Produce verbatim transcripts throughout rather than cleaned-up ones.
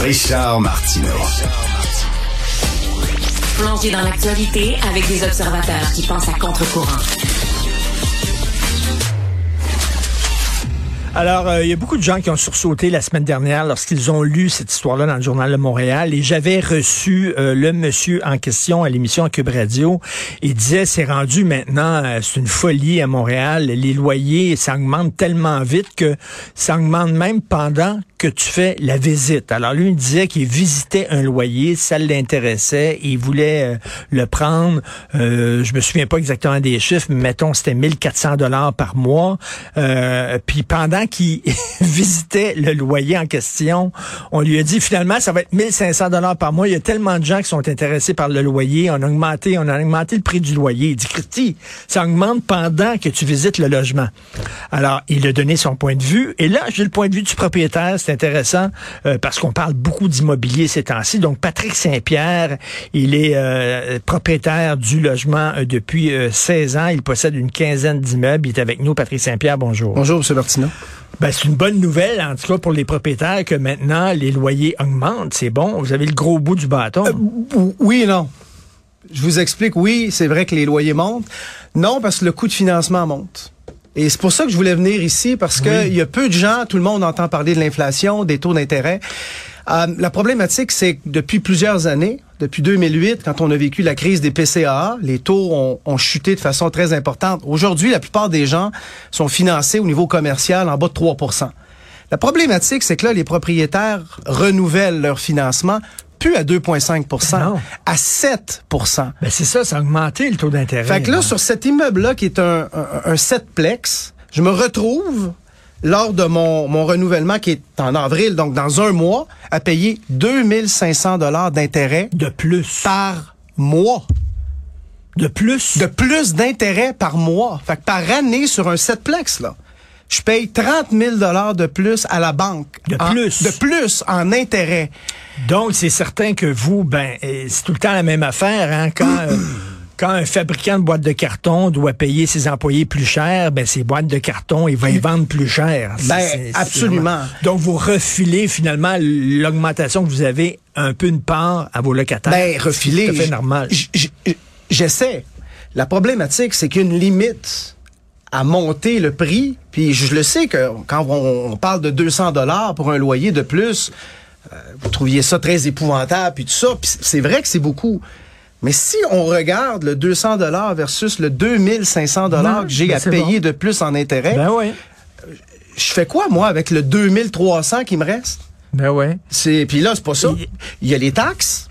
Richard Martineau. Plongé dans l'actualité avec des observateurs qui pensent à contre-courant. Alors, il euh, y a beaucoup de gens qui ont sursauté la semaine dernière lorsqu'ils ont lu cette histoire-là dans le Journal de Montréal. Et j'avais reçu euh, le monsieur en question à l'émission à Cube Radio. Il disait, c'est rendu maintenant, euh, c'est une folie à Montréal. Les loyers, ça augmente tellement vite que ça augmente même pendant que tu fais la visite. Alors lui, il disait qu'il visitait un loyer, ça l'intéressait, il voulait euh, le prendre. Euh, je me souviens pas exactement des chiffres, mais mettons, c'était mille quatre cents dollars par mois. Euh, puis pendant qu'il visitait le loyer en question, on lui a dit finalement, ça va être mille cinq cents dollars par mois. Il y a tellement de gens qui sont intéressés par le loyer. On a augmenté, on a augmenté le prix du loyer. Il dit, Christy, ça augmente pendant que tu visites le logement. Alors, il a donné son point de vue. Et là, j'ai le point de vue du propriétaire. C'est intéressant euh, parce qu'on parle beaucoup d'immobilier ces temps-ci. Donc, Patrick Saint-Pierre, il est euh, propriétaire du logement euh, depuis euh, seize ans. Il possède une quinzaine d'immeubles. Il est avec nous. Patrick Saint-Pierre, bonjour. Bonjour, M. Martineau. Ben, c'est une bonne nouvelle, en tout cas, pour les propriétaires, que maintenant, les loyers augmentent. C'est bon. Vous avez le gros bout du bâton. Euh, oui et non. Je vous explique. Oui, c'est vrai que les loyers montent. Non, parce que le coût de financement monte. Et c'est pour ça que je voulais venir ici, parce que il y a peu de gens, tout le monde entend parler de l'inflation, des taux d'intérêt. Euh, la problématique, c'est que depuis plusieurs années, depuis deux mille huit, quand on a vécu la crise des P C A A, les taux ont, ont chuté de façon très importante. Aujourd'hui, la plupart des gens sont financés au niveau commercial en bas de trois pour cent. La problématique, c'est que là, les propriétaires renouvellent leur financement plus à deux virgule cinq pour cent, non. à sept pour cent. Ben c'est ça, ça a augmenté le taux d'intérêt. Fait que là, là, sur cet immeuble-là, qui est un, un, un setplex, je me retrouve, lors de mon, mon renouvellement, qui est en avril, donc dans un mois, à payer deux mille cinq cents dollars d'intérêt. De plus. Par mois. De plus? De plus d'intérêt par mois. Fait que par année, sur un setplex, là, je paye trente mille dollars de plus à la banque. De en, plus? De plus en intérêt. Donc, c'est certain que vous, ben, c'est tout le temps la même affaire, hein, quand... euh, Quand un fabricant de boîtes de carton doit payer ses employés plus cher, ben ces boîtes de carton, il va y vendre plus cher. Ben, c'est, c'est, absolument. C'est donc, vous refilez finalement l'augmentation que vous avez un peu une part à vos locataires. Ben, refiler. C'est tout à fait normal. J'essaie. La problématique, c'est qu'il y a une limite à monter le prix. Puis je le sais que quand on, on parle de deux cents dollars pour un loyer de plus, euh, vous trouviez ça très épouvantable, puis tout ça. Puis c'est vrai que c'est beaucoup. Mais si on regarde le deux cents dollars versus le deux mille cinq cents dollars que j'ai ben à payer bon. de plus en intérêt, ben ouais. je fais quoi, moi, avec le deux mille trois cents qui me reste? Ben ouais. C'est, puis là, c'est pas ça. Il y a les taxes.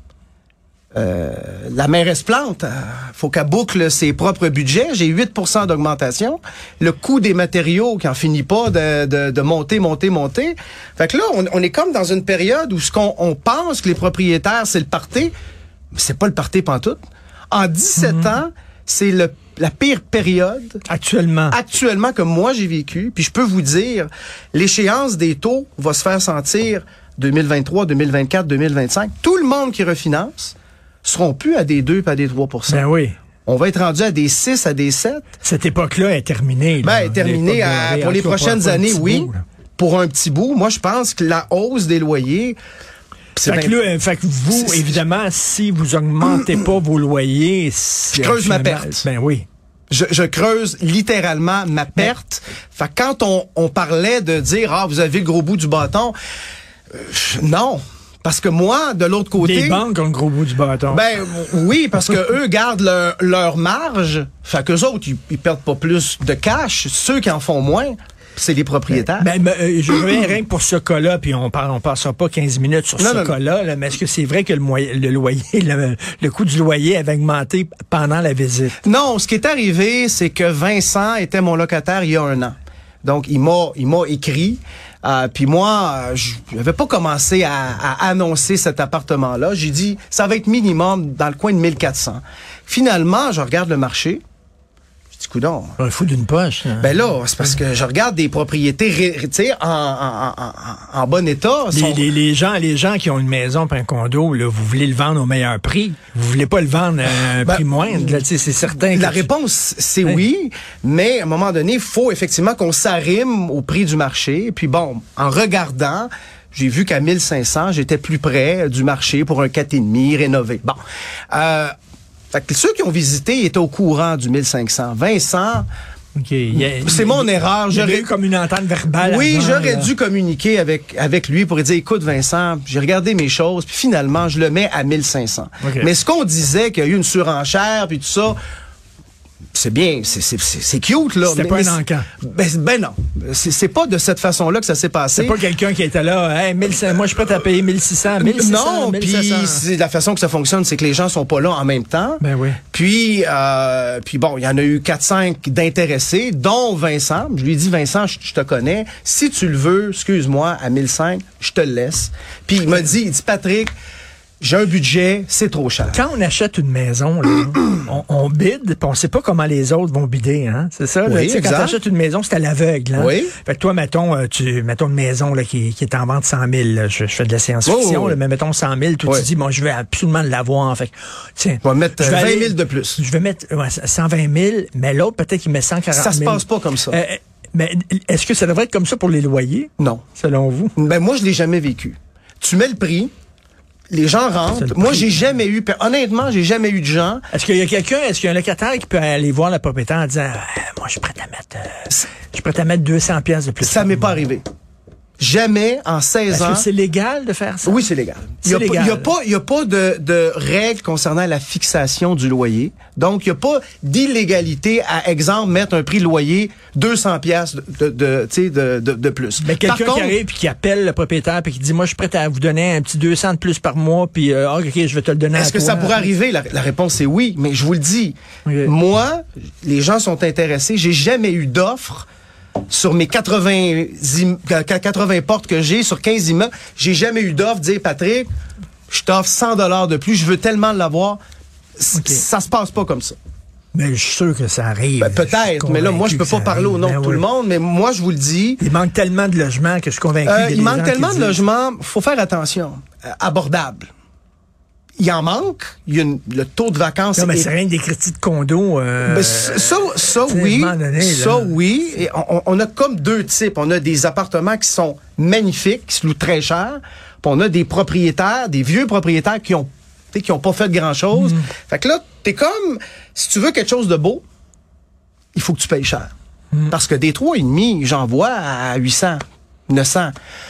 Euh, la mairesse Plante, euh, faut qu'elle boucle ses propres budgets. J'ai huit pour cent d'augmentation. Le coût des matériaux qui en finit pas de, de, de monter, monter, monter. Fait que là, on, on est comme dans une période où ce qu'on on pense que les propriétaires, c'est le party. C'est pas le party pantoute. En dix-sept mm-hmm. ans, c'est le, la pire période. Actuellement. Actuellement, que moi j'ai vécu. Puis je peux vous dire, l'échéance des taux va se faire sentir deux mille vingt-trois, deux mille vingt-quatre, deux mille vingt-cinq. Tout le monde qui refinance seront plus à des deux pas à des trois pour cent. Ben oui. On va être rendu à des six, à des sept. Cette époque-là est terminée. Là. Ben, est terminée à, pour les prochaines pour années, oui. Bout, pour un petit bout. Moi, je pense que la hausse des loyers... Fait que, là, fait que vous, c'est, évidemment, si vous augmentez pas vos loyers... Je creuse ma perte. Ben oui. Je, je creuse littéralement ma perte. Ben. Fait que quand on, on parlait de dire « Ah, vous avez le gros bout du bâton euh, », non. Parce que moi, de l'autre côté... Les banques ont le gros bout du bâton. Ben oui, parce que eux gardent leur, leur marge. Fait qu'eux autres, ils, ils perdent pas plus de cash. Ceux qui en font moins... c'est les propriétaires. Ben, ben, euh, je reviens rien que pour ce cas-là, puis on parle, on passera pas quinze minutes sur non, ce non, cas-là, là, mais est-ce que c'est vrai que le, moyen, le loyer, le, le coût du loyer avait augmenté pendant la visite? Non, ce qui est arrivé, c'est que Vincent était mon locataire il y a un an. Donc, il m'a, il m'a écrit. Euh, puis moi, je n'avais pas commencé à, à annoncer cet appartement-là. J'ai dit, ça va être minimum dans le coin de mille quatre cents. Finalement, je regarde le marché. dis, coudonc. Un fou d'une poche. Hein. Ben là, c'est parce que je regarde des propriétés, tu sais, en, en, en, en bon état. Les, sont... les, les gens, les gens qui ont une maison et un condo, là, vous voulez le vendre au meilleur prix. Vous voulez pas le vendre à un ben, prix moindre. Là, c'est certain. La tu... réponse, c'est oui. oui, mais à un moment donné, il faut effectivement qu'on s'arrime au prix du marché. Puis bon, en regardant, j'ai vu qu'à mille cinq cents, j'étais plus près du marché pour un quatre virgule cinq rénové. Bon. Euh, fait que ceux qui ont visité étaient au courant du mille cinq cents. Vincent, okay. c'est mon erreur. J'aurais eu comme une entente verbale. Oui, avant, j'aurais là. dû communiquer avec avec lui pour lui dire, écoute Vincent, j'ai regardé mes choses, puis finalement, je le mets à mille cinq cents. Okay. Mais ce qu'on disait, qu'il y a eu une surenchère, puis tout ça, c'est bien, c'est c'est c'est cute là. C'était pas un encan. Ben, ben non, c'est c'est pas de cette façon-là que ça s'est passé. C'est pas quelqu'un qui était là, hey, mille cinq cents, moi je suis prêt à payer mille six cents, mille six cents, non, puis c'est la façon que ça fonctionne, c'est que les gens sont pas là en même temps. Ben oui. Puis euh, puis bon, il y en a eu quatre cinq d'intéressés, dont Vincent. Je lui ai dit Vincent, je, je te connais, si tu le veux, excuse-moi, à mille cinq, je te le laisse. Puis il m'a dit, il dit Patrick, j'ai un budget, c'est trop cher. Quand on achète une maison, là, on, on bide, puis on sait pas comment les autres vont bider, hein. C'est ça? Oui, là, quand tu achètes une maison, c'est à l'aveugle. Hein? Oui. Fait que toi, mettons, tu, mettons une maison là, qui, qui est en vente cent mille. Là, je, je fais de la science-fiction, oh, là, mais mettons cent mille, toi, oui. tu dis, bon, je vais absolument l'avoir. Fait que, tiens, on va mettre je vais vingt aller, mille de plus. Je vais mettre ouais, cent vingt mille, mais l'autre, peut-être qu'il met cent quarante mille. Ça se passe pas comme ça. Euh, mais est-ce que ça devrait être comme ça pour les loyers? Non. Selon vous? Ben moi, je l'ai jamais vécu. Tu mets le prix. Les gens rentrent. Moi, j'ai jamais eu, honnêtement, j'ai jamais eu de gens. Est-ce qu'il y a quelqu'un, est-ce qu'il y a un locataire qui peut aller voir le propriétaire en disant, euh, moi, je suis prêt à mettre, euh, je suis prêt à mettre deux cents piastres de plus. Ça m'est pas arrivé. Jamais en seize ans. Est-ce que c'est légal de faire ça? Oui, c'est légal. Il y a, légal. Il y a pas, il y a pas de, de règles concernant la fixation du loyer. Donc, il y a pas d'illégalité à, exemple, mettre un prix de loyer deux cents piastres de, de, tu sais, de, de, de plus. Mais quelqu'un qui arrive puis qui appelle le propriétaire puis qui dit, moi, je suis prêt à vous donner un petit deux cents de plus par mois puis, euh, OK, je vais te le donner à toi. Est-ce que ça pourrait arriver? La, la réponse est oui, mais je vous le dis. Okay. Moi, les gens sont intéressés. J'ai jamais eu d'offre sur mes quatre-vingts, quatre-vingts portes que j'ai, sur quinze immeubles, j'ai jamais eu d'offre de dire, Patrick, je t'offre cent dollars de plus, je veux tellement l'avoir. Okay. Ça se passe pas comme ça. Mais je suis sûr que ça arrive. Ben, peut-être, mais là, moi, je peux pas parler au nom ben de tout oui. le monde, mais moi, je vous le dis. Il manque tellement de logements que je suis convaincu. Euh, il manque tellement de logements, faut faire attention. Euh, abordable. Il en manque. Il y a une, le taux de vacances. Non, mais est... c'est rien des crédits de condo. Euh, ben, ça, ça oui. Donné, ça, oui. Et on, on a comme deux types. On a des appartements qui sont magnifiques, qui se louent très cher. Puis on a des propriétaires, des vieux propriétaires qui ont, qui ont pas fait grand-chose. Mm. Fait que là, t'es comme, si tu veux quelque chose de beau, il faut que tu payes cher. Mm. Parce que des trois et demi, j'en vois à huit cents, neuf cents.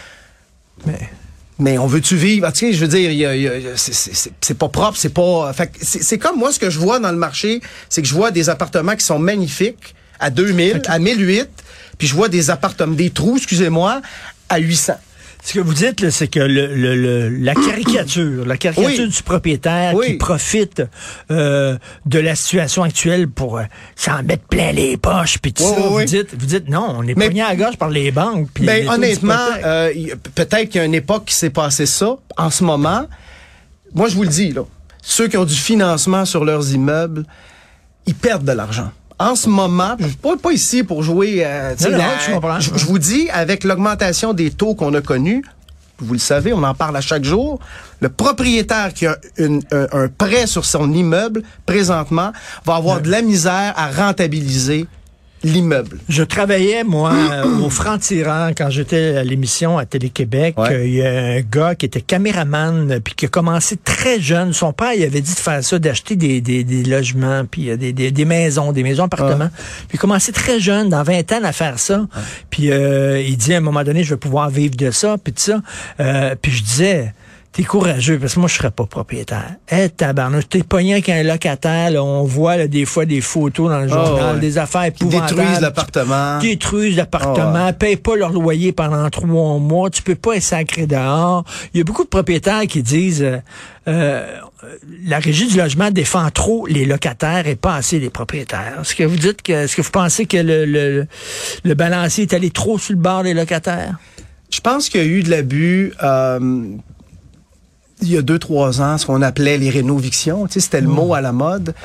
Mais... Mais on veut-tu vivre? Tu sais, je veux dire, y a, y a, c'est, c'est, c'est pas propre, c'est pas... Fait que c'est, c'est comme moi, ce que je vois dans le marché, c'est que je vois des appartements qui sont magnifiques à deux mille, à mille huit, puis je vois des appartements, des trous, excusez-moi, à huit cents. Ce que vous dites, là, c'est que le, le, le, la caricature, la caricature oui. du propriétaire oui. qui profite euh, de la situation actuelle pour euh, s'en mettre plein les poches, puis tout oui, ça, oui. vous dites, vous dites non, on est pogné à la gorge par les banques. Puis ben, honnêtement, euh, peut-être qu'il y a une époque qui s'est passé ça. En ce moment, moi, je vous le dis, là, ceux qui ont du financement sur leurs immeubles, ils perdent de l'argent. En ce moment, je suis pas, pas ici pour jouer. Euh, non, non, la, je, comprends. Je, je vous dis, avec l'augmentation des taux qu'on a connus, vous le savez, on en parle à chaque jour, le propriétaire qui a une, un, un prêt sur son immeuble, présentement, va avoir ouais. de la misère à rentabiliser l'immeuble. Je travaillais, moi, au Franc-Tireur quand j'étais à l'émission à Télé-Québec. Il ouais. y a un gars qui était caméraman puis qui a commencé très jeune. Son père, il avait dit de faire ça, d'acheter des, des, des logements, puis des, des, des maisons, des maisons, appartements. Ouais. Puis il a commencé très jeune, dans vingt ans, à faire ça. Ouais. Puis euh, il dit, à un moment donné, je vais pouvoir vivre de ça, puis de ça. Euh, puis je disais... T'es courageux, parce que moi, je serais pas propriétaire. Eh, hey, tabarnouche, t'es pogné avec un locataire, là, on voit là, des fois des photos dans le journal, oh, ouais. des affaires épouvantables. Ils détruisent l'appartement. Ils détruisent l'appartement, oh, ouais. payent pas leur loyer pendant trois mois, tu peux pas être sacré dehors. Il y a beaucoup de propriétaires qui disent euh, euh, la Régie du logement défend trop les locataires et pas assez les propriétaires. Est-ce que vous dites que, est-ce que vous pensez que le, le, le balancier est allé trop sur le bord des locataires? Je pense qu'il y a eu de l'abus... Euh, il y a deux, trois ans, ce qu'on appelait les rénovictions. Tu sais, c'était le mmh. mot à la mode.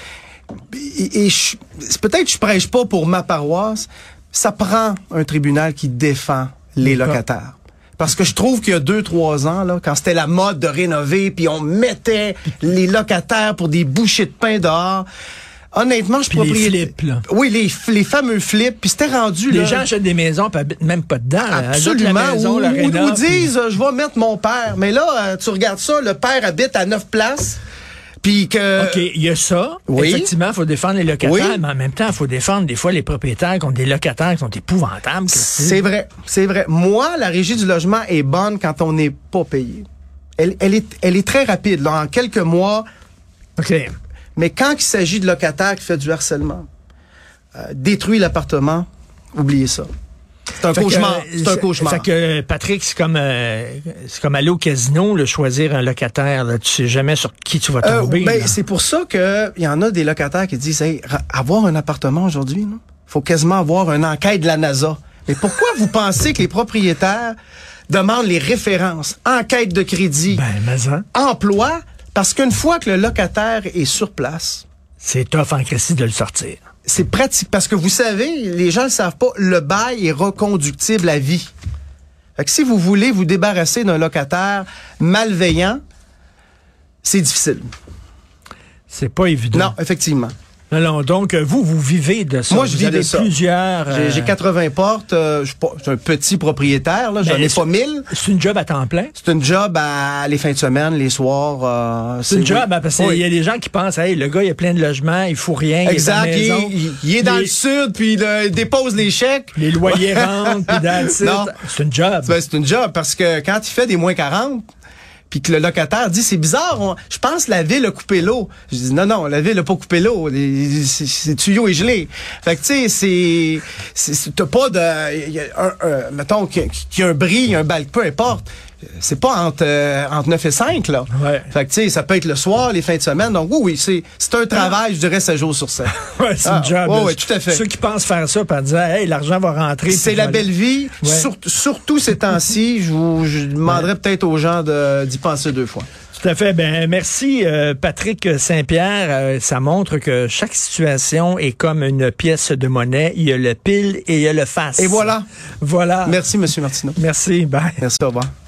et, et je, peut-être que je prêche pas pour ma paroisse, ça prend un tribunal qui défend les locataires. Parce que je trouve qu'il y a deux, trois ans, là, quand c'était la mode de rénover, puis on mettait les locataires pour des bouchées de pain dehors. Honnêtement, je suis propriétaire. Les flips, là. Oui, les, les fameux flips. Puis c'était rendu, les là. Les gens achètent des maisons puis habitent même pas dedans. Absolument. La maison, ou, la ou, rénove, ou disent, puis... je vais mettre mon père. Mais là, euh, tu regardes ça, le père habite à neuf places. Puis que... OK, il y a ça. Oui. Effectivement, il faut défendre les locataires, Oui. mais en même temps, il faut défendre des fois les propriétaires qui ont des locataires qui sont épouvantables. C'est vrai, c'est vrai. Moi, la régie du logement est bonne quand on n'est pas payé. Elle, elle, est, elle est très rapide. Là, en quelques mois... OK. Mais quand il s'agit de locataires qui fait du harcèlement, euh, détruit l'appartement, oubliez ça. C'est un fait cauchemar. Que, c'est un cauchemar. Fait que, Patrick, c'est comme, euh, c'est comme aller au casino, là, choisir un locataire. Là, tu sais jamais sur qui tu vas tomber. Euh, ben, c'est pour ça que il y en a des locataires qui disent, hey, avoir un appartement aujourd'hui, il faut quasiment avoir une enquête de la NASA. Mais pourquoi vous pensez que les propriétaires demandent les références, enquête de crédit, ben, mais hein? emploi? Parce qu'une fois que le locataire est sur place, c'est tough en Christie de le sortir. C'est pratique. Parce que vous savez, les gens ne le savent pas, le bail est reconductible à vie. Fait que si vous voulez vous débarrasser d'un locataire malveillant, c'est difficile. C'est pas évident. Non, effectivement. Non, non, donc, vous, vous vivez de ça. Moi, je vous vis avez de ça. plusieurs... J'ai, j'ai quatre-vingts portes. Euh, je suis pas- je suis un petit propriétaire. Là, j'en Ben, ai pas mille. C'est une job à temps plein? C'est une job à les fins de semaine, les soirs. Euh, C'est une job, oui. hein, parce qu'il Oui. y a des gens qui pensent, hey, le gars, il a plein de logements, il faut rien, Exact. il est à la Il, maison. il- il est dans Les- le sud, puis il, il dépose les chèques. Les loyers rentrent, puis that's it. Non. C'est une job. Ben, c'est une job parce que quand il fait des moins quarante, puis que le locataire dit c'est bizarre, on- je pense que la ville a coupé l'eau. Je dis non non, la ville a pas coupé l'eau, Les- c'est, c'est tuyau est gelé. Fait que tu sais c'est, c'est, c'est t'as pas de, y a un, un, mettons qu'il y a un bris, un balcon, peu importe. C'est pas entre euh, entre neuf et cinq là. Ouais. Fait que tu sais ça peut être le soir, les fins de semaine. Donc oui oui, c'est c'est un travail, je dirais sept jours sur sept. Ouais, c'est Ah, une job. ouais, là. ouais, tout à fait. Ceux qui pensent faire ça, par disant, hey, l'argent va rentrer. C'est puis la je vais belle aller- vie. Ouais. Sur- surtout ces temps-ci, je vous je demanderais peut-être aux gens de, d'y penser deux fois. Tout à fait. Ben merci euh, Patrick Saint-Pierre. Euh, ça montre que chaque situation est comme une pièce de monnaie. Il y a le pile et il y a le face. Et voilà. Voilà. Merci, Monsieur Martineau. Merci. Bye. Merci, au revoir.